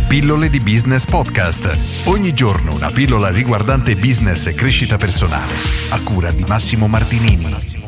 Pillole di Business Podcast. Ogni giorno una pillola riguardante business e crescita personale. A cura di Massimo Martinini.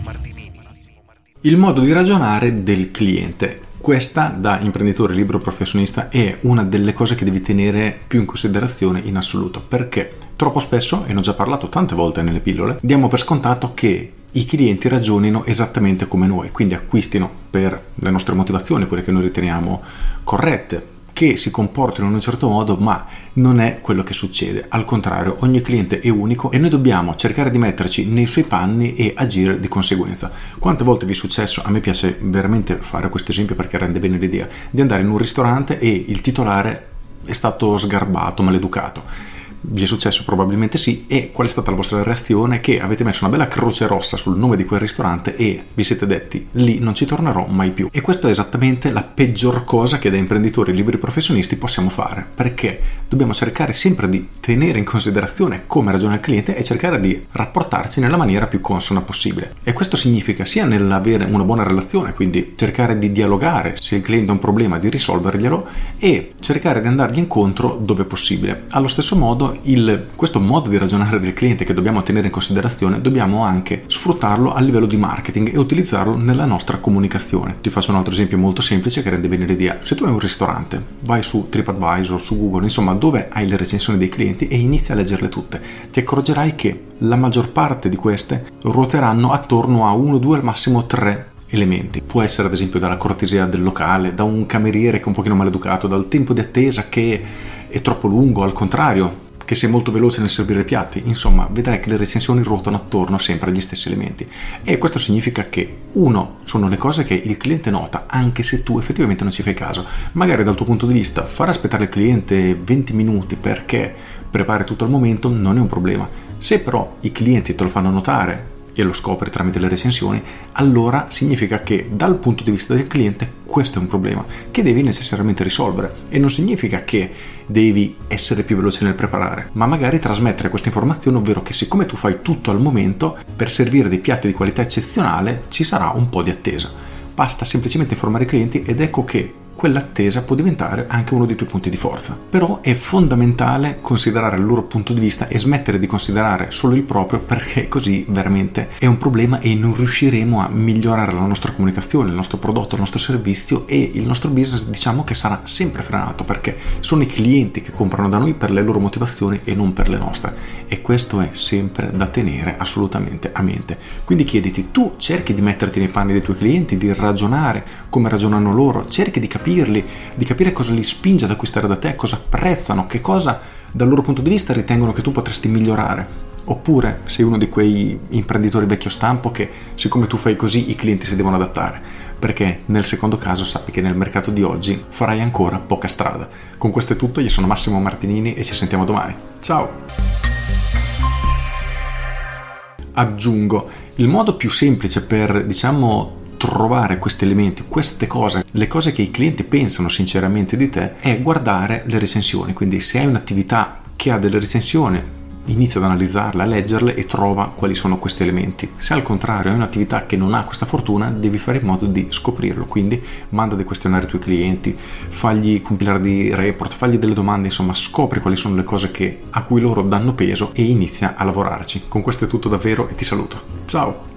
Il modo di ragionare del cliente. Questa, da imprenditore libero professionista, è una delle cose che devi tenere più in considerazione in assoluto, perché troppo spesso, e ne ho già parlato tante volte nelle pillole, diamo per scontato che i clienti ragionino esattamente come noi, quindi acquistino per le nostre motivazioni, quelle che noi riteniamo corrette, che si comportino in un certo modo, ma non è quello che succede. Al contrario, ogni cliente è unico e noi dobbiamo cercare di metterci nei suoi panni e agire di conseguenza. Quante volte vi è successo, a me piace veramente fare questo esempio perché rende bene l'idea, di andare in un ristorante e il titolare è stato sgarbato, maleducato. Vi è successo? Probabilmente sì. E qual è stata la vostra reazione? Che avete messo una bella croce rossa sul nome di quel ristorante e vi siete detti: lì non ci tornerò mai più. E questo è esattamente la peggior cosa che da imprenditori liberi professionisti possiamo fare, perché dobbiamo cercare sempre di tenere in considerazione come ragiona il cliente e cercare di rapportarci nella maniera più consona possibile. E questo significa sia nell'avere una buona relazione, quindi cercare di dialogare, se il cliente ha un problema di risolverglielo, e cercare di andargli incontro dove possibile. Allo stesso modo, questo modo di ragionare del cliente che dobbiamo tenere in considerazione, dobbiamo anche sfruttarlo a livello di marketing e utilizzarlo nella nostra comunicazione. Ti faccio un altro esempio molto semplice che rende bene l'idea. Se tu hai un ristorante, vai su TripAdvisor, su Google, insomma dove hai le recensioni dei clienti, e inizi a leggerle tutte, ti accorgerai che la maggior parte di queste ruoteranno attorno a 1, 2, al massimo 3 elementi. Può essere ad esempio dalla cortesia del locale, da un cameriere che è un pochino maleducato, dal tempo di attesa che è troppo lungo, al contrario, che sei molto veloce nel servire i piatti. Insomma, vedrai che le recensioni ruotano attorno sempre agli stessi elementi, e questo significa che sono le cose che il cliente nota, anche se tu effettivamente non ci fai caso. Magari dal tuo punto di vista far aspettare il cliente 20 minuti perché prepari tutto al momento non è un problema. Se però i clienti te lo fanno notare e lo scopri tramite le recensioni, allora significa che dal punto di vista del cliente questo è un problema che devi necessariamente risolvere. E non significa che devi essere più veloce nel preparare, ma magari trasmettere questa informazione, ovvero che siccome tu fai tutto al momento, per servire dei piatti di qualità eccezionale ci sarà un po' di attesa. Basta semplicemente informare i clienti ed ecco che quell'attesa può diventare anche uno dei tuoi punti di forza. Però è fondamentale considerare il loro punto di vista e smettere di considerare solo il proprio, perché così veramente è un problema e non riusciremo a migliorare la nostra comunicazione, il nostro prodotto, il nostro servizio, e il nostro business diciamo che sarà sempre frenato, perché sono i clienti che comprano da noi per le loro motivazioni e non per le nostre, e questo è sempre da tenere assolutamente a mente. Quindi chiediti, tu cerchi di metterti nei panni dei tuoi clienti, di ragionare come ragionano loro, cerchi di capire cosa li spinge ad acquistare da te, cosa apprezzano, che cosa dal loro punto di vista ritengono che tu potresti migliorare. Oppure sei uno di quei imprenditori vecchio stampo che, siccome tu fai così, i clienti si devono adattare, perché nel secondo caso sappi che nel mercato di oggi farai ancora poca strada. Con questo è tutto, io sono Massimo Martinini e ci sentiamo domani. Ciao! Aggiungo, il modo più semplice per, trovare questi elementi, queste cose, le cose che i clienti pensano sinceramente di te, è guardare le recensioni. Quindi se hai un'attività che ha delle recensioni, inizia ad analizzarle, a leggerle e trova quali sono questi elementi. Se al contrario hai un'attività che non ha questa fortuna, devi fare in modo di scoprirlo. Quindi manda dei questionari ai tuoi clienti, fagli compilare dei report, fagli delle domande, insomma scopri quali sono le cose a cui loro danno peso e inizia a lavorarci. Con questo è tutto davvero e ti saluto. Ciao!